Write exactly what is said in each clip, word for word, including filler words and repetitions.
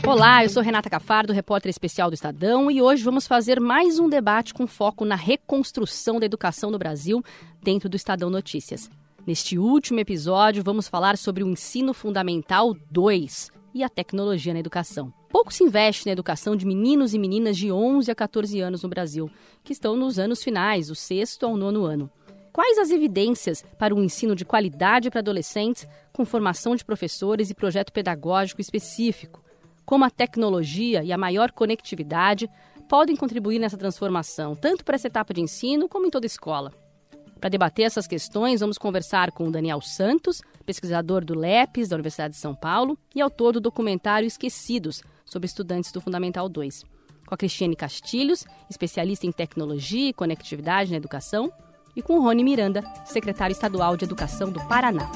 Olá, eu sou Renata Cafardo, repórter especial do Estadão, e hoje vamos fazer mais um debate com foco na reconstrução da educação no Brasil dentro do Estadão Notícias. Neste último episódio, vamos falar sobre o Ensino Fundamental dois e a tecnologia na educação. Pouco se investe na educação de meninos e meninas de onze a quatorze anos no Brasil, que estão nos anos finais, do sexto ao nono ano. Quais as evidências para um ensino de qualidade para adolescentes com formação de professores e projeto pedagógico específico? Como a tecnologia e a maior conectividade podem contribuir nessa transformação, tanto para essa etapa de ensino como em toda a escola. Para debater essas questões, vamos conversar com o Daniel Santos, pesquisador do LEPES, da Universidade de São Paulo, e autor do documentário Esquecidos, sobre estudantes do Fundamental dois. Com a Cristiane Castilhos, especialista em tecnologia e conectividade na educação, e com o Rony Miranda, secretário estadual de Educação do Paraná.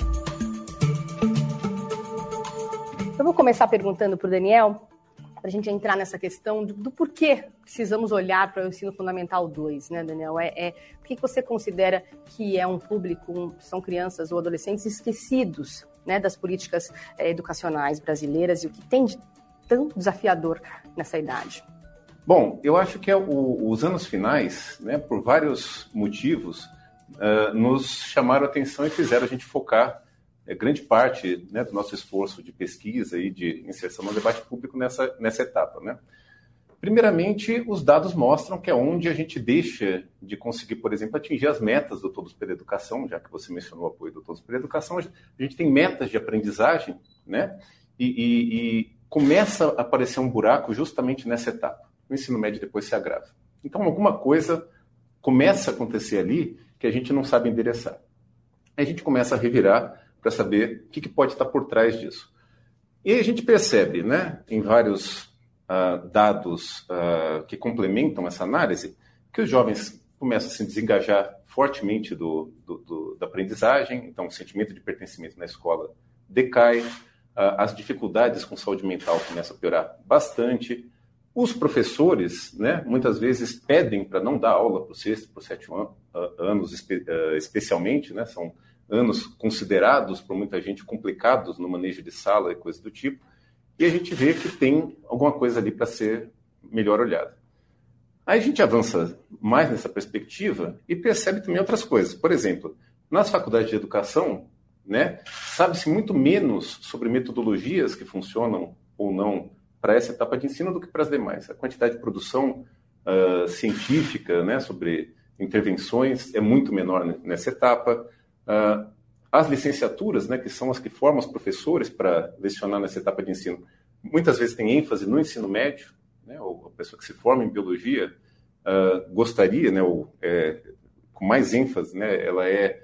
Eu vou começar perguntando para o Daniel, para a gente entrar nessa questão do, do porquê precisamos olhar para o Ensino Fundamental dois, né, Daniel? É, é, por que você considera que é um público, são crianças ou adolescentes esquecidos, né, das políticas é, educacionais brasileiras e o que tem de tão desafiador nessa idade? Bom, eu acho que é o, os anos finais, né, por vários motivos, uh, nos chamaram a atenção e fizeram a gente focar É grande parte, né, do nosso esforço de pesquisa e de inserção no debate público nessa, nessa etapa, né? Primeiramente, os dados mostram que é onde a gente deixa de conseguir, por exemplo, atingir as metas do Todos pela Educação, já que você mencionou o apoio do Todos pela Educação, a gente tem metas de aprendizagem, né? E, e, e começa a aparecer um buraco justamente nessa etapa. O ensino médio depois se agrava. Então, alguma coisa começa a acontecer ali que a gente não sabe endereçar. Aí a gente começa a revirar para saber o que, que pode estar por trás disso. E aí a gente percebe, né, em vários uh, dados uh, que complementam essa análise, que os jovens começam a se desengajar fortemente do, do, do, da aprendizagem, então o sentimento de pertencimento na escola decai, uh, as dificuldades com saúde mental começam a piorar bastante, os professores, né, muitas vezes pedem para não dar aula para o sexto, para os sétimo anos, espe- uh, especialmente, né, são anos considerados por muita gente complicados no manejo de sala e coisas do tipo, e a gente vê que tem alguma coisa ali para ser melhor olhada. Aí a gente avança mais nessa perspectiva e percebe também outras coisas. Por exemplo, nas faculdades de educação, né, sabe-se muito menos sobre metodologias que funcionam ou não para essa etapa de ensino do que para as demais. A quantidade de produção uh, científica, né, sobre intervenções é muito menor nessa etapa. Uh, as licenciaturas, né, que são as que formam os professores para lecionar nessa etapa de ensino, muitas vezes tem ênfase no ensino médio, né, ou a pessoa que se forma em biologia uh, gostaria, né, ou, é, com mais ênfase, né, ela é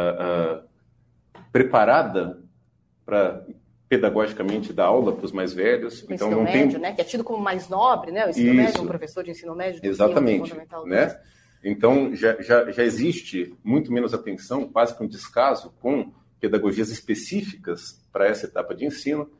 uh, uh, preparada para pedagogicamente dar aula para os mais velhos. O então ensino não médio, tem... né, que é tido como mais nobre, né, o ensino Isso. médio, um professor de ensino médio. Exatamente, né? Então, já, já, já existe muito menos atenção, quase que um descaso com pedagogias específicas para essa etapa de ensino.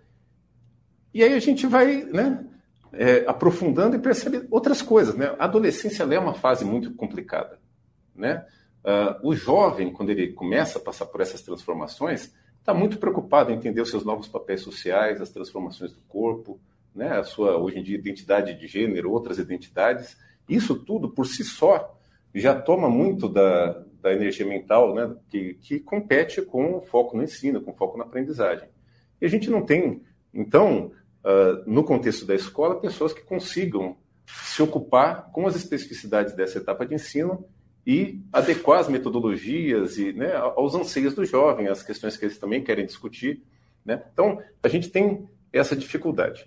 E aí a gente vai, né, é, aprofundando e percebe outras coisas, né? A adolescência é uma fase muito complicada, né? Uh, o jovem, quando ele começa a passar por essas transformações, está muito preocupado em entender os seus novos papéis sociais, as transformações do corpo, né? A sua, hoje em dia, identidade de gênero, outras identidades. Isso tudo, por si só, já toma muito da, da energia mental, né, que, que compete com o foco no ensino, com o foco na aprendizagem. E a gente não tem, então, uh, no contexto da escola, pessoas que consigam se ocupar com as especificidades dessa etapa de ensino e adequar as metodologias e, né, aos anseios do jovem, às questões que eles também querem discutir, né? Então, a gente tem essa dificuldade.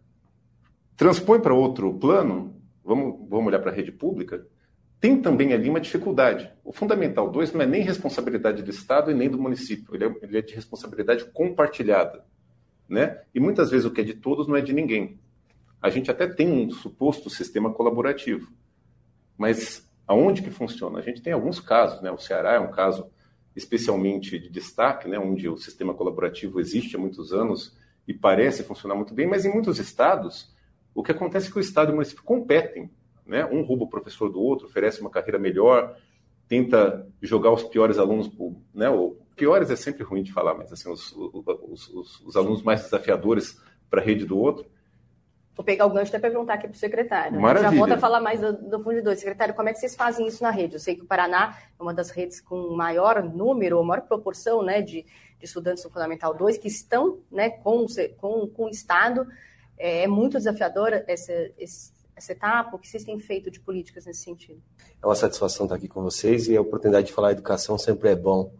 Transpõe para outro plano, vamos, vamos olhar para a rede pública, tem também ali uma dificuldade. O Fundamental dois não é nem responsabilidade do Estado e nem do município, ele é, ele é de responsabilidade compartilhada, né? E muitas vezes o que é de todos não é de ninguém. A gente até tem um suposto sistema colaborativo, mas aonde que funciona? A gente tem alguns casos, né? O Ceará é um caso especialmente de destaque, né? Onde o sistema colaborativo existe há muitos anos e parece funcionar muito bem, mas em muitos estados, o que acontece é que o Estado e o município competem, né? Um rouba o professor do outro, oferece uma carreira melhor, tenta jogar os piores alunos, né? O piores é sempre ruim de falar, mas assim, os, os, os, os alunos mais desafiadores para a rede do outro. Vou pegar o gancho até para perguntar aqui para o secretário. Maravilha. Já volto a falar mais do, do Fundo dois. Secretário, como é que vocês fazem isso na rede? Eu sei que o Paraná é uma das redes com maior número, ou maior proporção, né, de, de estudantes do Fundamental dois que estão, né, com, com, com o Estado. É, é muito desafiadora essa, essa etapa. O que vocês têm feito de políticas nesse sentido? É uma satisfação estar aqui com vocês e a oportunidade de falar educação sempre é bom.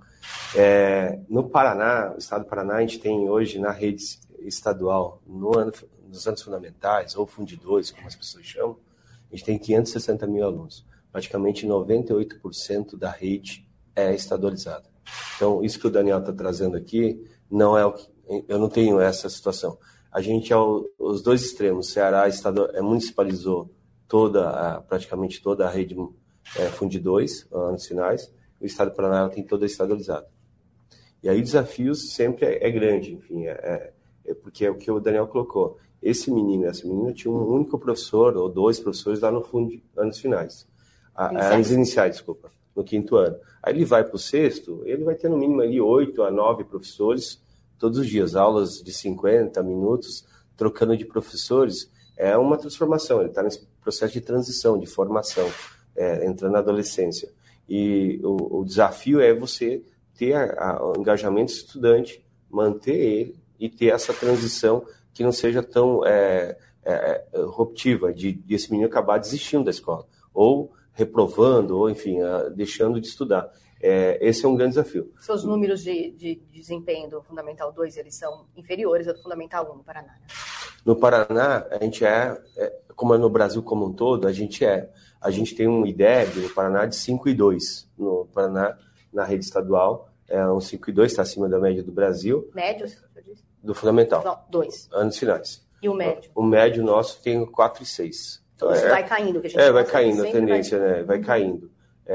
É, no Paraná, o Estado do Paraná, a gente tem hoje na rede estadual, no ano, nos anos fundamentais, ou Fundo dois, como as pessoas chamam, a gente tem quinhentos e sessenta mil alunos. Praticamente noventa e oito por cento da rede é estadualizada. Então, isso que o Daniel está trazendo aqui, não é o que, eu não tenho essa situação. A gente, ao, os dois extremos, o Ceará estado, é, municipalizou toda, a, praticamente toda a rede é, Fundo dois, anos finais, o Estado do Paraná tem toda estadualizada. E aí o desafio sempre é, é grande, enfim, é, é porque é o que o Daniel colocou. Esse menino, essa menina tinha um único professor, ou dois professores lá no fundo, anos finais. Anos iniciais, desculpa, no quinto ano. Aí ele vai para o sexto, ele vai ter no mínimo ali oito a nove professores todos os dias, aulas de cinquenta minutos, trocando de professores. É uma transformação, ele está nesse processo de transição, de formação, é, entrando na adolescência. E o, o desafio é você ter a, a, o engajamento estudante, manter ele e ter essa transição que não seja tão é, é, ruptiva, de, de esse menino acabar desistindo da escola, ou reprovando, ou enfim, a, deixando de estudar. É, esse é um grande desafio. Seus números de, de desempenho do Fundamental dois, eles são inferiores ao do Fundamental um no Paraná, né? No Paraná, a gente é, é, como é no Brasil como um todo, a gente é. A gente tem um I D E B no Paraná de cinco e dois. No Paraná, na rede estadual, é um cinco e dois, está acima da média do Brasil. Médios? Do Fundamental. Não, dois. Anos finais. E o médio? O médio nosso tem quatro e seis. Então, isso é, vai caindo, que a gente É, vai caindo, a vai... tendência, né? Vai caindo,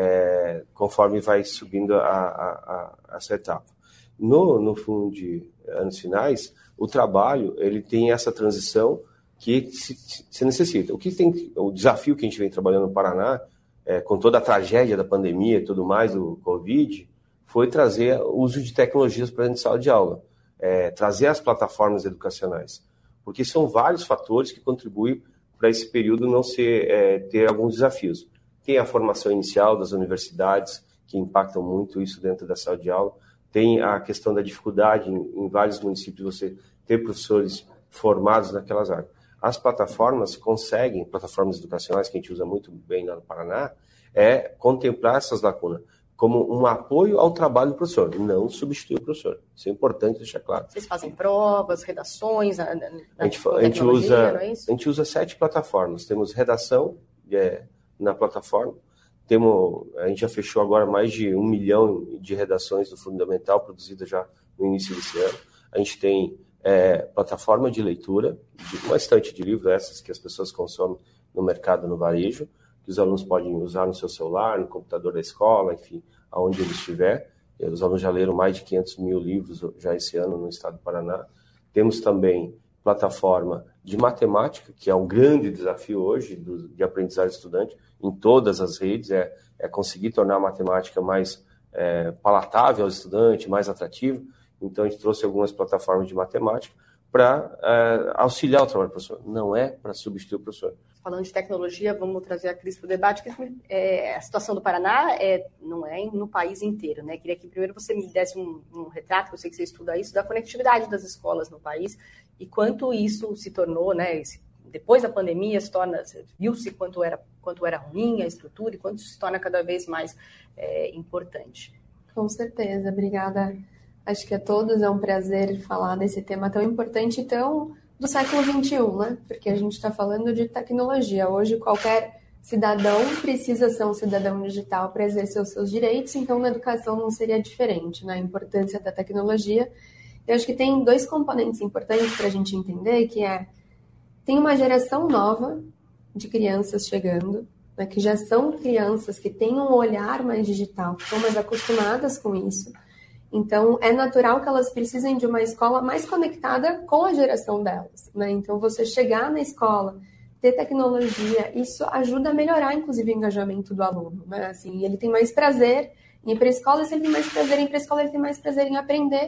é, conforme vai subindo a, a, a, essa etapa. No, no fundo de anos finais, o trabalho, ele tem essa transição que se, se necessita. O que tem, o desafio que a gente vem trabalhando no Paraná, é, com toda a tragédia da pandemia e tudo mais, do Covid, foi trazer o uso de tecnologias para dentro de sala de aula. É, trazer as plataformas educacionais, porque são vários fatores que contribuem para esse período não ser, é, ter alguns desafios. Tem a formação inicial das universidades, que impactam muito isso dentro da sala de aula, tem a questão da dificuldade em, em vários municípios você ter professores formados naquelas áreas. As plataformas conseguem, plataformas educacionais que a gente usa muito bem lá no Paraná, é contemplar essas lacunas como um apoio ao trabalho do professor, não substituir o professor. Isso é importante deixar claro. Vocês fazem provas, redações, na, na, a, gente, a, gente usa, não é isso? A gente usa sete plataformas. Temos redação é, na plataforma, temos, a gente já fechou agora mais de um milhão de redações do Fundamental, produzidas já no início desse ano. A gente tem é, plataforma de leitura, de uma estante de livros, essas que as pessoas consomem no mercado, no varejo, que os alunos podem usar no seu celular, no computador da escola, enfim, aonde ele estiver. Os alunos já leram mais de quinhentos mil livros já esse ano no estado do Paraná. Temos também plataforma de matemática, que é um grande desafio hoje do, de aprendizagem estudante em todas as redes, é, é conseguir tornar a matemática mais é, palatável ao estudante, mais atrativa. Então, a gente trouxe algumas plataformas de matemática para é, auxiliar o trabalho do professor, não é para substituir o professor. Falando de tecnologia, vamos trazer a Cris para o debate, que é, a situação do Paraná é, não é no país inteiro, né? Queria que primeiro você me desse um, um retrato, eu sei que você estuda isso, da conectividade das escolas no país e quanto isso se tornou, né? Esse, depois da pandemia, se torna, viu-se quanto era, quanto era ruim a estrutura e quanto se torna cada vez mais é, importante. Com certeza, obrigada. Acho que a todos é um prazer falar desse tema tão importante e tão do século vinte e um, né? Porque a gente está falando de tecnologia. Hoje, qualquer cidadão precisa ser um cidadão digital para exercer os seus direitos, então na educação não seria diferente, né? A importância da tecnologia. Eu acho que tem dois componentes importantes para a gente entender, que é, tem uma geração nova de crianças chegando, né, que já são crianças que têm um olhar mais digital, que estão mais acostumadas com isso. Então, é natural que elas precisem de uma escola mais conectada com a geração delas, né? Então, você chegar na escola, ter tecnologia, isso ajuda a melhorar, inclusive, o engajamento do aluno, né? Assim, ele tem mais prazer em ir para a escola, e se ele tem mais prazer em ir para a escola, ele tem mais prazer em aprender.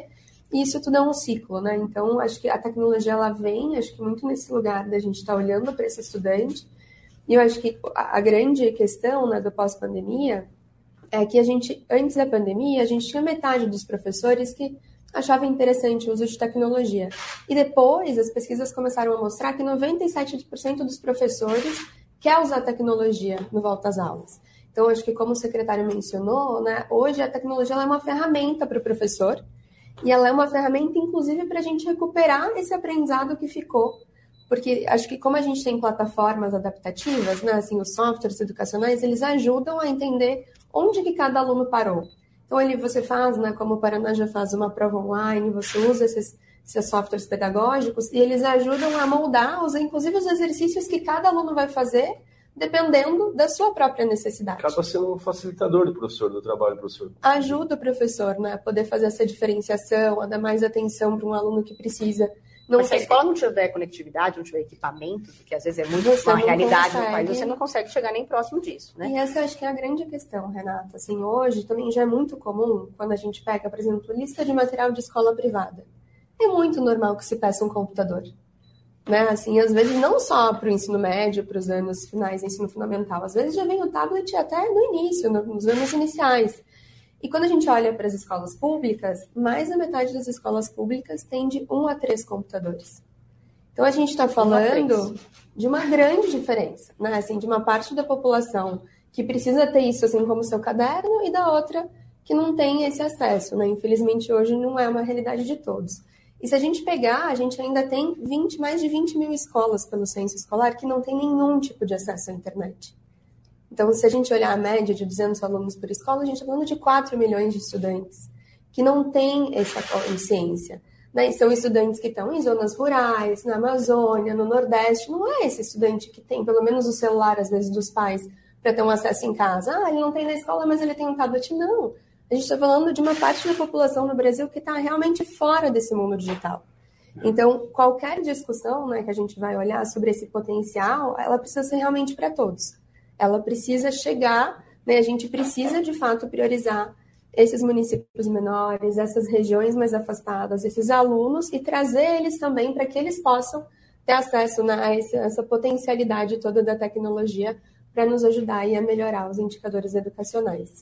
E isso tudo é um ciclo, né? Então, acho que a tecnologia, ela vem, acho que muito nesse lugar da gente estar tá olhando para esse estudante. E eu acho que a, a grande questão, né, do pós-pandemia é que a gente, antes da pandemia, a gente tinha metade dos professores que achavam interessante o uso de tecnologia. E depois, as pesquisas começaram a mostrar que noventa e sete por cento dos professores quer usar tecnologia no volta às aulas. Então, acho que como o secretário mencionou, né, hoje a tecnologia ela é uma ferramenta para o professor, e ela é uma ferramenta, inclusive, para a gente recuperar esse aprendizado que ficou. Porque acho que como a gente tem plataformas adaptativas, né, assim, os softwares educacionais, eles ajudam a entender onde que cada aluno parou. Então, ali você faz, né, como o Paraná já faz uma prova online, você usa esses, esses softwares pedagógicos e eles ajudam a moldar, os, inclusive, os exercícios que cada aluno vai fazer, dependendo da sua própria necessidade. Acaba sendo um facilitador do professor, do trabalho do professor. Ajuda o professor, né, a poder fazer essa diferenciação, a dar mais atenção para um aluno que precisa. Não Mas se a escola não tiver conectividade, não tiver equipamento, que às vezes é muito uma realidade consegue. no país, você não consegue chegar nem próximo disso, né? E essa eu acho que é a grande questão, Renata. Assim, hoje também já é muito comum, quando a gente pega, por exemplo, lista de material de escola privada. É muito normal que se peça um computador. Né? Assim, às vezes não só para o ensino médio, para os anos finais do ensino fundamental, às vezes já vem o tablet até no início, nos anos iniciais. E quando a gente olha para as escolas públicas, mais da metade das escolas públicas tem de um a três computadores. Então a gente está falando de uma grande diferença, né? Assim, de uma parte da população que precisa ter isso assim como seu caderno e da outra que não tem esse acesso, né? Infelizmente hoje não é uma realidade de todos. E se a gente pegar, a gente ainda tem vinte, mais de vinte mil escolas pelo censo escolar que não tem nenhum tipo de acesso à internet. Então, se a gente olhar a média de duzentos alunos por escola, a gente está falando de quatro milhões de estudantes que não têm essa consciência. Né? E são estudantes que estão em zonas rurais, na Amazônia, no Nordeste. Não é esse estudante que tem, pelo menos, o celular, às vezes, dos pais, para ter um acesso em casa. Ah, ele não tem na escola, mas ele tem um tablet. Não. A gente está falando de uma parte da população no Brasil que está realmente fora desse mundo digital. Então, qualquer discussão, né, que a gente vai olhar sobre esse potencial, ela precisa ser realmente para todos. Ela precisa chegar, né, a gente precisa, de fato, priorizar esses municípios menores, essas regiões mais afastadas, esses alunos, e trazer eles também para que eles possam ter acesso, né, a essa, essa potencialidade toda da tecnologia para nos ajudar aí a melhorar os indicadores educacionais.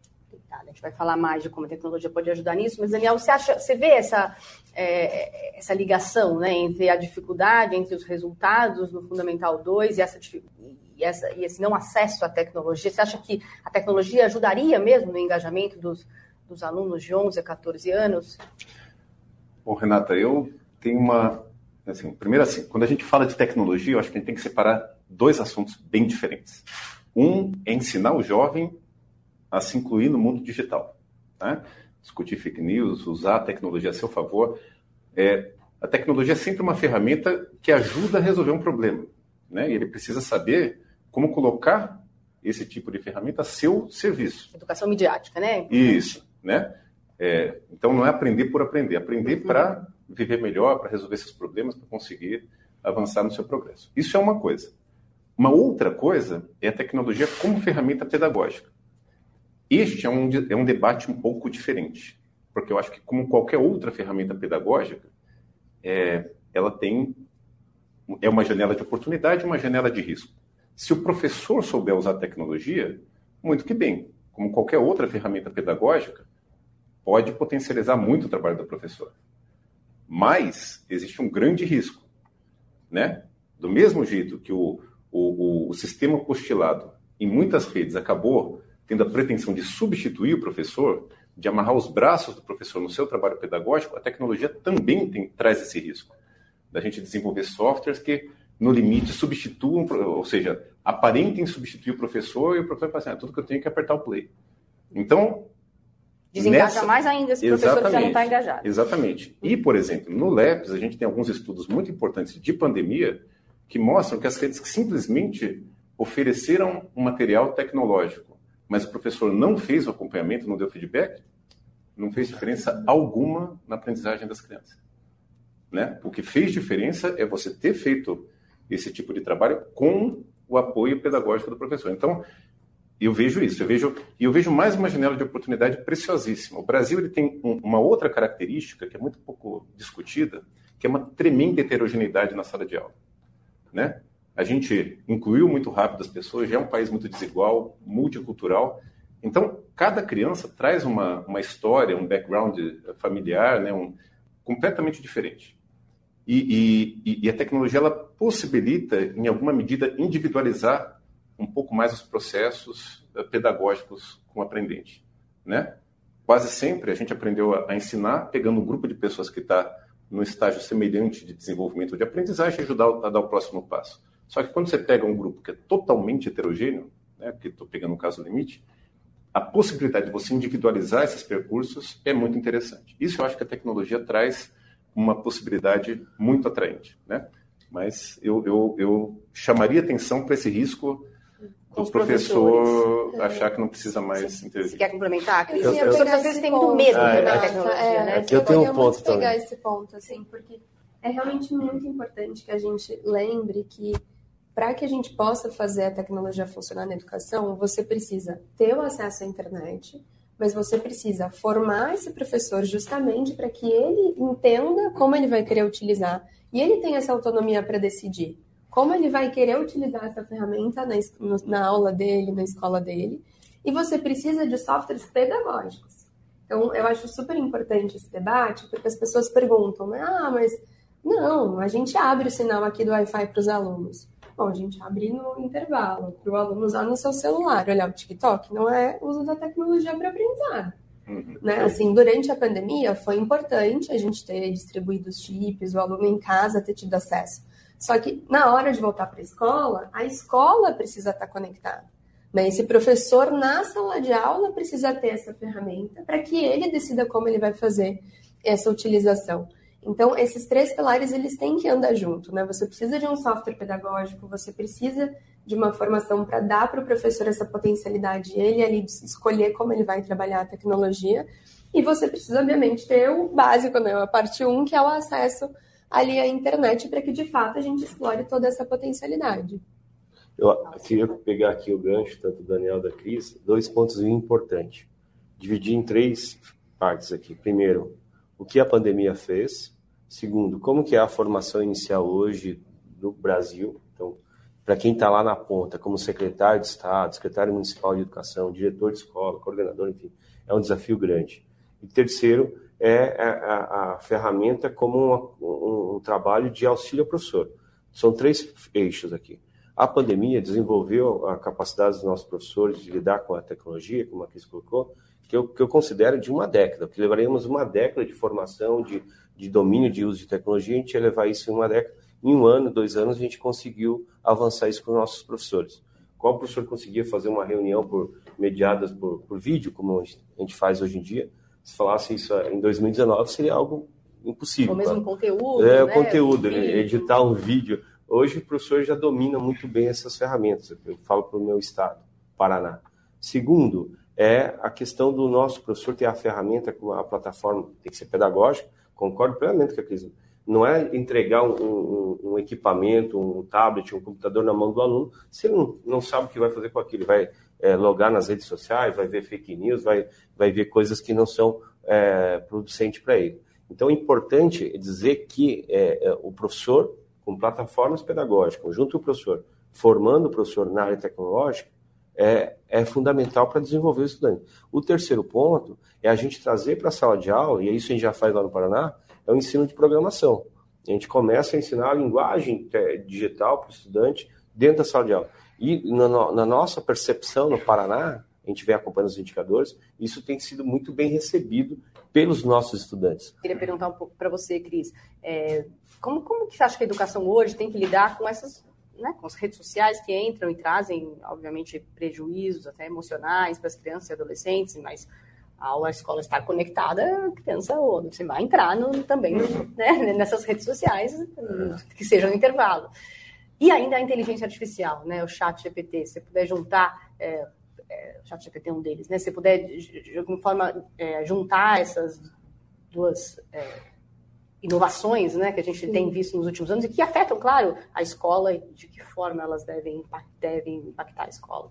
A gente vai falar mais de como a tecnologia pode ajudar nisso, mas, Daniel, você, acha, você vê essa, é, essa ligação, né, entre a dificuldade, entre os resultados no Fundamental dois e, essa, e, essa, e esse não acesso à tecnologia? Você acha que a tecnologia ajudaria mesmo no engajamento dos, dos alunos de onze a quatorze anos? Bom, Renata, eu tenho uma... Assim, primeiro, assim, quando a gente fala de tecnologia, eu acho que a gente tem que separar dois assuntos bem diferentes. Um é ensinar o jovem a se incluir no mundo digital, né? Discutir fake news, usar a tecnologia a seu favor. É, a tecnologia é sempre uma ferramenta que ajuda a resolver um problema, né? E ele precisa saber como colocar esse tipo de ferramenta a seu serviço. Educação midiática, né? Isso, né? É, então não é aprender por aprender, aprender uhum. para viver melhor, para resolver esses problemas, para conseguir avançar no seu progresso. Isso é uma coisa. Uma outra coisa é a tecnologia como ferramenta pedagógica. Este é um, é um debate um pouco diferente, porque eu acho que, como qualquer outra ferramenta pedagógica, é, ela tem é uma janela de oportunidade e uma janela de risco. Se o professor souber usar a tecnologia, muito que bem. Como qualquer outra ferramenta pedagógica, pode potencializar muito o trabalho do professor. Mas existe um grande risco, né? Do mesmo jeito que o, o, o sistema postilado em muitas redes acabou tendo a pretensão de substituir o professor, de amarrar os braços do professor no seu trabalho pedagógico, a tecnologia também tem, traz esse risco. Da gente desenvolver softwares que, no limite, substituam, ou seja, aparentem substituir o professor, e o professor fala assim, ah, tudo que eu tenho é que apertar o play. Então... Desengaja nessa... mais ainda esse professor Exatamente. que já não está engajado. Exatamente. E, por exemplo, no LEPS, a gente tem alguns estudos muito importantes de pandemia que mostram que as redes simplesmente ofereceram um material tecnológico, mas o professor não fez o acompanhamento, não deu feedback, não fez diferença alguma na aprendizagem das crianças. Né? O que fez diferença é você ter feito esse tipo de trabalho com o apoio pedagógico do professor. Então, eu vejo isso, eu vejo, e eu vejo mais uma janela de oportunidade preciosíssima. O Brasil ele tem um, uma outra característica que é muito pouco discutida, que é uma tremenda heterogeneidade na sala de aula, né? A gente incluiu muito rápido as pessoas, já é um país muito desigual, multicultural. Então, cada criança traz uma, uma história, um background familiar, né, um, completamente diferente. E, e, e a tecnologia ela possibilita, em alguma medida, individualizar um pouco mais os processos pedagógicos com o aprendente, né? Quase sempre a gente aprendeu a, a ensinar pegando um grupo de pessoas que está num estágio semelhante de desenvolvimento ou de aprendizagem e ajudar a dar o próximo passo. Só que quando você pega um grupo que é totalmente heterogêneo, né, que estou pegando um caso limite, a possibilidade de você individualizar esses percursos é muito interessante. Isso eu acho que a tecnologia traz uma possibilidade muito atraente, né? Mas eu, eu, eu chamaria atenção para esse risco do professor é. achar que não precisa mais intervir. Você quer complementar, Cris? Eu, eu, Os professores têm muito medo ah, também da é. tecnologia, é, né? Aqui eu tenho um ponto pegar também. esse ponto, assim, porque é realmente muito importante que a gente lembre que para que a gente possa fazer a tecnologia funcionar na educação, você precisa ter o acesso à internet, mas você precisa formar esse professor justamente para que ele entenda como ele vai querer utilizar e ele tenha essa autonomia para decidir como ele vai querer utilizar essa ferramenta na, na aula dele, na escola dele, e você precisa de softwares pedagógicos. Então, eu acho super importante esse debate, porque as pessoas perguntam, né? Ah, mas não, a gente abre o sinal aqui do Wi-Fi para os alunos. Bom, a gente abre no intervalo, para o aluno usar no seu celular, olhar o TikTok, não é uso da tecnologia para aprendizado. Uhum. Né? Assim, durante a pandemia, foi importante a gente ter distribuído os chips, o aluno em casa ter tido acesso. Só que, na hora de voltar para a escola, a escola precisa estar conectada. Né? Esse professor, na sala de aula, precisa ter essa ferramenta para que ele decida como ele vai fazer essa utilização. Então, esses três pilares, eles têm que andar junto, né? Você precisa de um software pedagógico, você precisa de uma formação para dar para o professor essa potencialidade, ele ali escolher como ele vai trabalhar a tecnologia, e você precisa, obviamente, ter o básico, né? A parte um, que é o acesso ali à internet, para que, de fato, a gente explore toda essa potencialidade. Eu queria pegar aqui o gancho, tanto do Daniel e da Cris, dois pontos importantes. Dividir em três partes aqui. Primeiro, o que a pandemia fez. Segundo, como que é a formação inicial hoje no Brasil? Então, para quem está lá na ponta, como secretário de Estado, secretário municipal de educação, diretor de escola, coordenador, enfim, é um desafio grande. E terceiro, é a, a, a ferramenta como uma, um, um trabalho de auxílio ao professor. São três eixos aqui. A pandemia desenvolveu a capacidade dos nossos professores de lidar com a tecnologia, como a Cris colocou, que eu, que eu considero de uma década, porque levaríamos uma década de formação, de, de domínio de uso de tecnologia, a gente ia levar isso em uma década. Em um ano, dois anos, a gente conseguiu avançar isso com os nossos professores. Qual professor conseguia fazer uma reunião por, mediadas por, por vídeo, como a gente faz hoje em dia? Se falasse isso em dois mil e dezenove, seria algo impossível. O mesmo claro. conteúdo, É, o né? conteúdo, um editar um vídeo. Hoje o professor já domina muito bem essas ferramentas. Eu falo para o meu estado, Paraná. Segundo, é a questão do nosso professor ter a ferramenta, com a plataforma, tem que ser pedagógica, concordo plenamente com a Cris. Não é entregar um, um, um equipamento, um tablet, um computador na mão do aluno, se ele não, não sabe o que vai fazer com aquilo. Ele vai é, logar nas redes sociais, vai ver fake news, vai, vai ver coisas que não são é, producentes para ele. Então é importante dizer que é, é, o professor, com plataformas pedagógicas, junto com o professor, formando o professor na área tecnológica, é, é fundamental para desenvolver o estudante. O terceiro ponto é a gente trazer para a sala de aula, e isso a gente já faz lá no Paraná, é o ensino de programação. A gente começa a ensinar a linguagem digital para o estudante dentro da sala de aula. E na, na nossa percepção no Paraná, a gente vem acompanhando os indicadores, isso tem sido muito bem recebido pelos nossos estudantes. Queria perguntar um pouco para você, Cris, é, como, como que você acha que a educação hoje tem que lidar com essas, né, com as redes sociais que entram e trazem, obviamente, prejuízos até emocionais para as crianças e adolescentes, mas a escola estar conectada, a criança ou você vai entrar no, também né, nessas redes sociais, que seja no intervalo. E ainda a inteligência artificial, né, o chat G P T, se você puder juntar, é, é, o chat G P T é um deles, né, se você puder, de alguma forma, é, juntar essas duas é, inovações, né, que a gente Sim. tem visto nos últimos anos e que afetam, claro, a escola e de que forma elas devem, devem impactar a escola.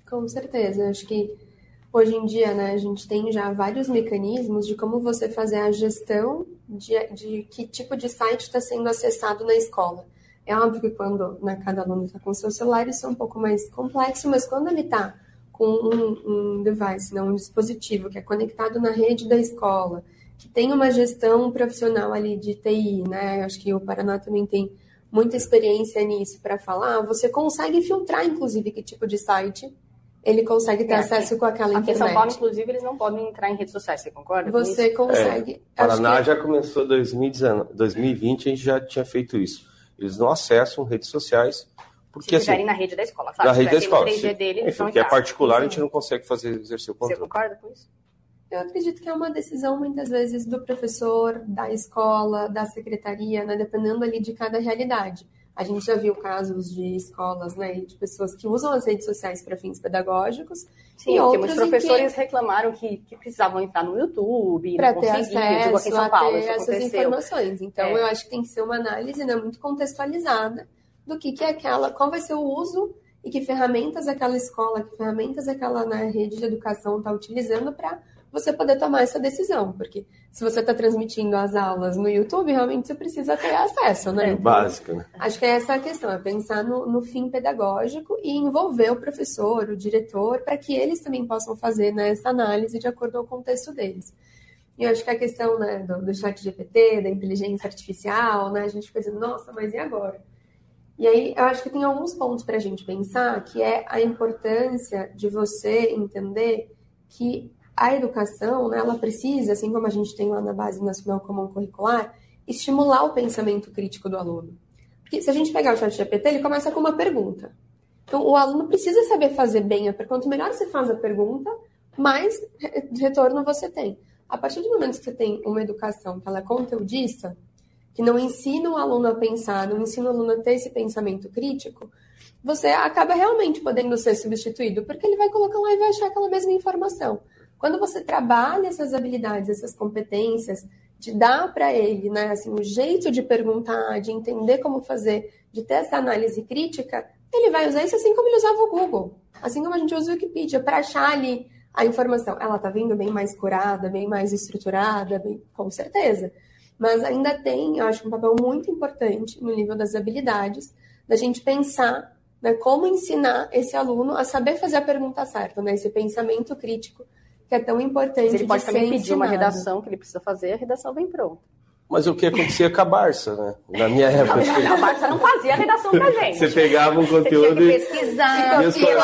Com certeza. Acho que hoje em dia, né, a gente tem já vários mecanismos de como você fazer a gestão de, de que tipo de site está sendo acessado na escola. É óbvio que quando, né, cada aluno está com o seu celular, isso é um pouco mais complexo, mas quando ele está com um, um device, né, um dispositivo que é conectado na rede da escola, que tem uma gestão profissional ali de T I, né, acho que o Paraná também tem muita experiência nisso para falar, você consegue filtrar, inclusive, que tipo de site ele consegue ter é, acesso com aquela aqui internet. Aqui em São Paulo, inclusive, eles não podem entrar em redes sociais, você concorda? Você consegue... É, Paraná que... já começou em dois mil e dezenove, dois mil e vinte, a gente já tinha feito isso. Eles não acessam redes sociais, porque se estiverem assim... na rede da escola, claro. Na rede da escola, três G dele, eles enfim, que é particular, a gente não consegue fazer, exercer o controle. Você concorda com isso? Eu acredito que é uma decisão, muitas vezes, do professor, da escola, da secretaria, né, dependendo ali de cada realidade. A gente já viu casos de escolas, né, de pessoas que usam as redes sociais para fins pedagógicos. Sim, e porque muitos professores que... reclamaram que, que precisavam entrar no YouTube, para não ter conseguir, acesso digo, aqui em São Paulo, a ter isso essas aconteceu. informações. Então, é. eu acho que tem que ser uma análise, né, muito contextualizada do que, que é aquela, qual vai ser o uso e que ferramentas aquela escola, que ferramentas aquela, né, rede de educação está utilizando para você poder tomar essa decisão, porque se você está transmitindo as aulas no YouTube, realmente você precisa ter acesso, né? É então, básico, né? Acho que é essa a questão, é pensar no, no fim pedagógico e envolver o professor, o diretor, para que eles também possam fazer, né, essa análise de acordo com o contexto deles. E eu acho que a questão, né, do, do chat G P T, da inteligência artificial, né, a gente fica dizendo, nossa, mas e agora? E aí, eu acho que tem alguns pontos para a gente pensar, que é a importância de você entender que a educação, né, ela precisa, assim como a gente tem lá na Base Nacional Comum Curricular, estimular o pensamento crítico do aluno. Porque se a gente pegar o chat G P T, ele começa com uma pergunta. Então, o aluno precisa saber fazer bem a pergunta. Quanto melhor você faz a pergunta, mais retorno você tem. A partir do momento que você tem uma educação que ela é conteudista, que não ensina o aluno a pensar, não ensina o aluno a ter esse pensamento crítico, você acaba realmente podendo ser substituído, porque ele vai colocar lá e vai achar aquela mesma informação. Quando você trabalha essas habilidades, essas competências, de dar para ele, né, assim, o jeito de perguntar, de entender como fazer, de ter essa análise crítica, ele vai usar isso assim como ele usava o Google, assim como a gente usa o Wikipedia, para achar ali a informação. Ela está vindo bem mais curada, bem mais estruturada, bem, com certeza. Mas ainda tem, eu acho, um papel muito importante no nível das habilidades, da gente pensar, né, como ensinar esse aluno a saber fazer a pergunta certa, né, esse pensamento crítico, que é tão importante. Mas ele pode de também ser pedir ensinado. uma redação que ele precisa fazer, a redação vem pronta. Mas o que acontecia com a Barça, né? Na minha época. A Barça não fazia a redação pra gente. Você pegava um conteúdo Você tinha que pesquisar. e... Copia e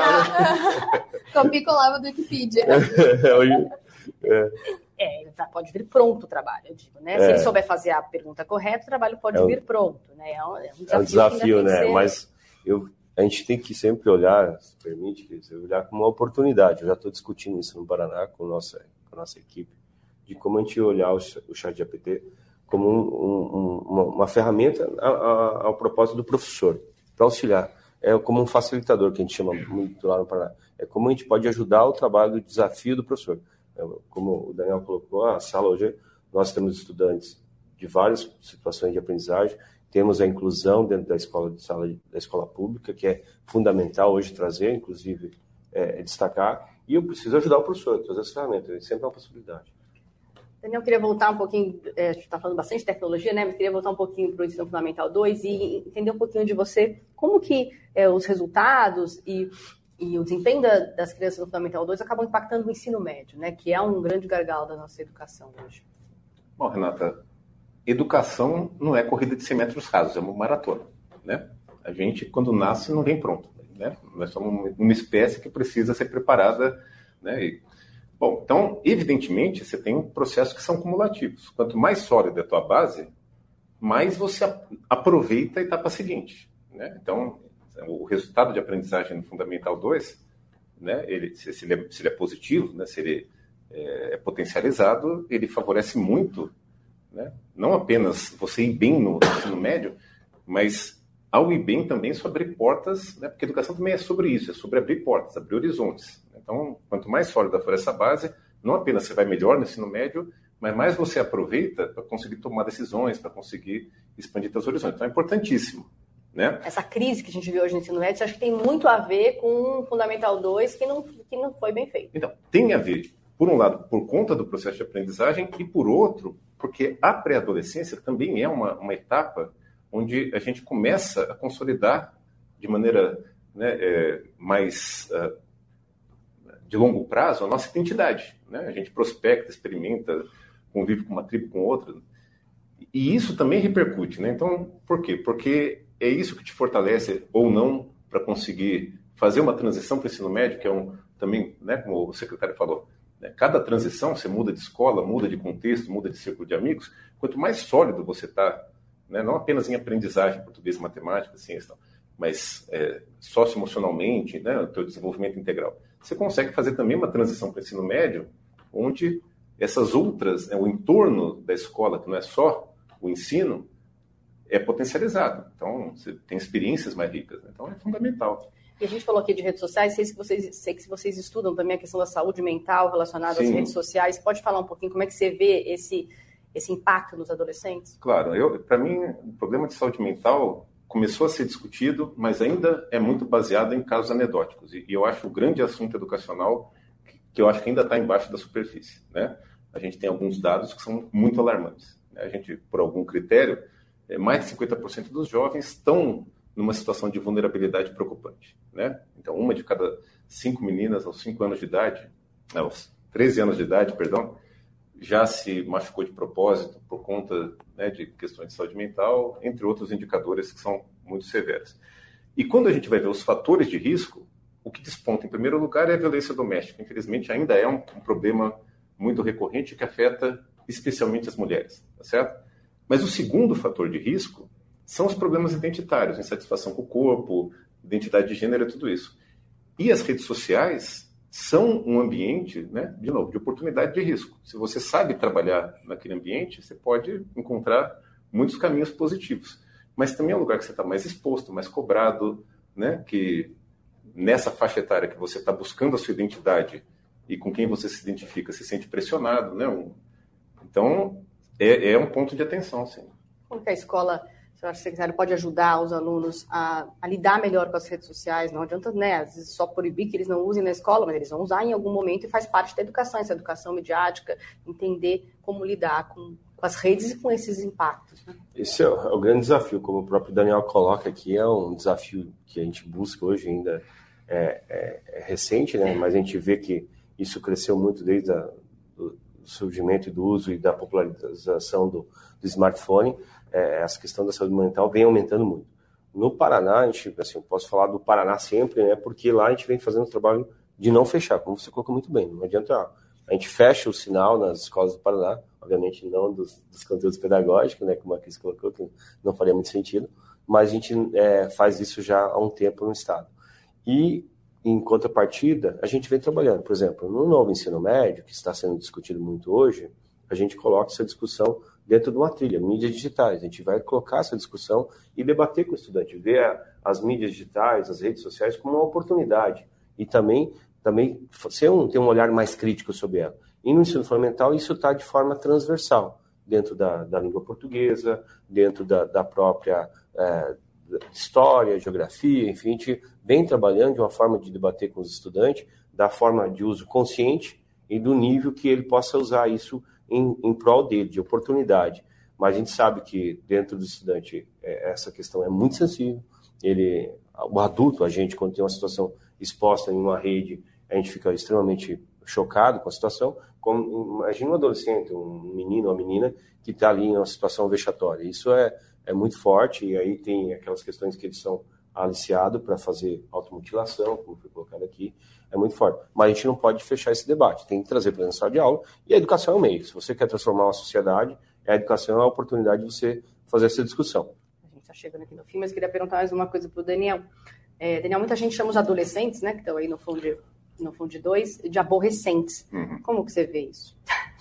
colava. Copia e colava do Wikipedia. é. É, ele pode vir pronto o trabalho, eu digo, né? É. Se ele souber fazer a pergunta correta, o trabalho pode é um, vir pronto, né? É um, é um desafio, é um desafio né? Ser... Mas eu, a gente tem que sempre olhar, se permite, olhar como uma oportunidade. Eu já estou discutindo isso no Paraná com a nossa, com a nossa equipe, de como a gente olhar o, o chat G P T como um, um, uma, uma ferramenta a, a, ao propósito do professor, para auxiliar. É como um facilitador, que a gente chama muito lá no Paraná. É como a gente pode ajudar o trabalho do desafio do professor. Como o Daniel colocou, a sala hoje, nós temos estudantes de várias situações de aprendizagem, temos a inclusão dentro da escola, de sala, da escola pública, que é fundamental hoje trazer, inclusive, é, destacar, e eu preciso ajudar o professor a trazer essa ferramenta, é sempre uma possibilidade. Daniel, eu queria voltar um pouquinho, é, a gente está falando bastante de tecnologia, né? Mas queria voltar um pouquinho para o Ensino Fundamental dois e entender um pouquinho de você, como que é, os resultados e, e o desempenho da, das crianças no Fundamental dois acabam impactando o ensino médio, né? Que é um grande gargalo da nossa educação hoje. Bom, Renata, educação não é corrida de cem metros rasos, é uma maratona, né? A gente, quando nasce, não vem pronto, né? Nós somos uma espécie que precisa ser preparada, né? E, bom, então, evidentemente, você tem processos que são cumulativos. Quanto mais sólida é a tua base, mais você aproveita a etapa seguinte, né? Então, o resultado de aprendizagem no Fundamental dois, né, ele, se, ele é, se ele é positivo, né, se ele é, é potencializado, ele favorece muito, né, não apenas você ir bem no ensino médio, mas ao ir bem também sobre portas, né, porque a educação também é sobre isso, é sobre abrir portas, abrir horizontes. Então, quanto mais sólida for essa base, não apenas você vai melhor no ensino médio, mas mais você aproveita para conseguir tomar decisões, para conseguir expandir seus horizontes. Então, é importantíssimo. né? Essa crise que a gente vê hoje no ensino médio, acho que tem muito a ver com o Fundamental dois, que não, que não foi bem feito. Então, tem a ver, por um lado, por conta do processo de aprendizagem, e por outro, porque a pré-adolescência também é uma, uma etapa onde a gente começa a consolidar de maneira, né, é, mais uh, de longo prazo a nossa identidade, né? A gente prospecta, experimenta, convive com uma tribo, com outra, e isso também repercute, né? Então, por quê? Porque é isso que te fortalece ou não para conseguir fazer uma transição para o ensino médio, que é um também, né, como o secretário falou, né, cada transição você muda de escola, muda de contexto, muda de círculo de amigos, quanto mais sólido você está, né, não apenas em aprendizagem, português, matemática, ciência, mas é, socioemocionalmente, né, o teu desenvolvimento integral, você consegue fazer também uma transição para o ensino médio, onde essas outras, né, o entorno da escola, que não é só o ensino, é potencializado. Então, você tem experiências mais ricas. Né? Então, é fundamental. E a gente falou aqui de redes sociais, sei que vocês, sei que vocês estudam também a questão da saúde mental relacionada Sim. às redes sociais. Pode falar um pouquinho como é que você vê esse, esse impacto nos adolescentes? Claro. Para mim, o problema de saúde mental começou a ser discutido, mas ainda é muito baseado em casos anedóticos. E, e eu acho o grande assunto educacional que, que eu acho que ainda está embaixo da superfície. Né? A gente tem alguns dados que são muito alarmantes. Né? A gente, por algum critério, mais de cinquenta por cento dos jovens estão numa situação de vulnerabilidade preocupante, né? Então, uma de cada cinco meninas aos cinco anos de idade, aos treze anos de idade, perdão, já se machucou de propósito por conta, né, de questões de saúde mental, entre outros indicadores que são muito severos. E quando a gente vai ver os fatores de risco, o que desponta em primeiro lugar é a violência doméstica. Infelizmente, ainda é um, um problema muito recorrente que afeta especialmente as mulheres, tá certo? Mas o segundo fator de risco são os problemas identitários, insatisfação com o corpo, identidade de gênero, tudo isso. E as redes sociais são um ambiente, né, de novo, de oportunidade de risco. Se você sabe trabalhar naquele ambiente, você pode encontrar muitos caminhos positivos. Mas também é um lugar que você está mais exposto, mais cobrado, né, que nessa faixa etária que você está buscando a sua identidade e com quem você se identifica, se sente pressionado, né? Então, é, é um ponto de atenção, sim. Como que a escola, o senhor secretário, pode ajudar os alunos a, a lidar melhor com as redes sociais? Não adianta, né, às vezes só proibir que eles não usem na escola, mas eles vão usar em algum momento e faz parte da educação, essa educação midiática, entender como lidar com, com as redes e com esses impactos. Né? Esse é o, é o grande desafio, como o próprio Daniel coloca aqui, é um desafio que a gente busca hoje ainda, é, é, é recente, né, mas a gente vê que isso cresceu muito desde a, do, surgimento e do uso e da popularização do, do smartphone, é, essa questão da saúde mental vem aumentando muito. No Paraná, a gente, assim, eu posso falar do Paraná sempre, né, porque lá a gente vem fazendo um trabalho de não fechar, como você colocou muito bem. Não adianta, a gente fecha o sinal nas escolas do Paraná, obviamente não dos, dos conteúdos pedagógicos, né, como a Cris colocou, que não faria muito sentido, mas a gente é, faz isso já há um tempo no Estado. E em contrapartida, a gente vem trabalhando, por exemplo, no novo ensino médio, que está sendo discutido muito hoje, a gente coloca essa discussão dentro de uma trilha, mídias digitais. A gente vai colocar essa discussão e debater com o estudante, ver as mídias digitais, as redes sociais como uma oportunidade e também, também ser um, ter um olhar mais crítico sobre ela. E no ensino fundamental, isso está de forma transversal, dentro da, da língua portuguesa, dentro da, da própria é, história, geografia, enfim, a gente vem trabalhando de uma forma de debater com os estudantes, da forma de uso consciente e do nível que ele possa usar isso em, em prol dele, de oportunidade. Mas a gente sabe que dentro do estudante é, essa questão é muito sensível. Ele, o adulto, a gente, quando tem uma situação exposta em uma rede, a gente fica extremamente chocado com a situação. Como, imagina um adolescente, um menino ou uma menina que está ali em uma situação vexatória. Isso é, é muito forte, e aí tem aquelas questões que eles são aliciados para fazer automutilação, como foi colocado aqui, é muito forte. Mas a gente não pode fechar esse debate, tem que trazer para a sala de aula, e a educação é o meio. Se você quer transformar uma sociedade, a educação é a oportunidade de você fazer essa discussão. A gente está chegando aqui no fim, mas queria perguntar mais uma coisa para o Daniel. É, Daniel, muita gente chama os adolescentes, né, que estão aí no fundo de, no fundo de dois, de aborrecentes. Uhum. Como que você vê isso?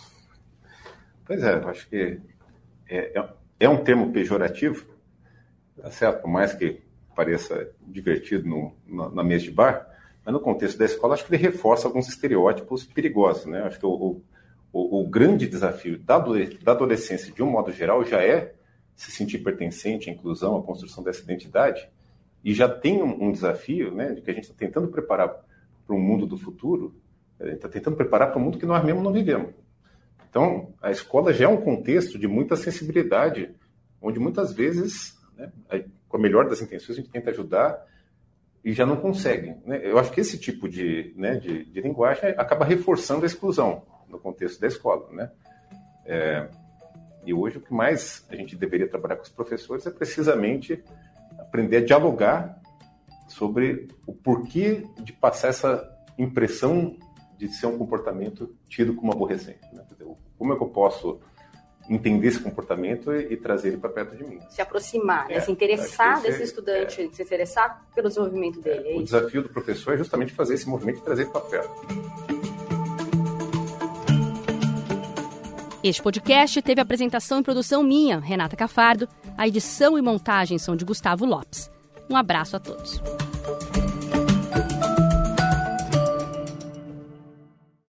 Pois é, eu acho que é, é, é um termo pejorativo, tá certo? Por mais que pareça divertido no, na, na mesa de bar, mas no contexto da escola, acho que ele reforça alguns estereótipos perigosos, né? Acho que o, o, o grande desafio da, da adolescência, de um modo geral, já é se sentir pertencente, a inclusão, a construção dessa identidade, e já tem um, um desafio, né, de que a gente está tentando preparar para um mundo do futuro, a gente está tentando preparar para um mundo que nós mesmos não vivemos. Então, a escola já é um contexto de muita sensibilidade, onde muitas vezes, né, com a melhor das intenções, a gente tenta ajudar e já não consegue. Né? Eu acho que esse tipo de, né, de, de linguagem acaba reforçando a exclusão no contexto da escola. Né? É, e hoje o que mais a gente deveria trabalhar com os professores é precisamente aprender a dialogar sobre o porquê de passar essa impressão de ser um comportamento tido como aborrecente. Né? Como é que eu posso entender esse comportamento e, e trazer ele para perto de mim? Se aproximar, é, né? Se interessar desse é, estudante, é, se interessar pelo desenvolvimento dele. É, é o isso. desafio do professor é justamente fazer esse movimento e trazer ele para perto. Este podcast teve apresentação e produção minha, Renata Cafardo. A edição e montagem são de Gustavo Lopes. Um abraço a todos.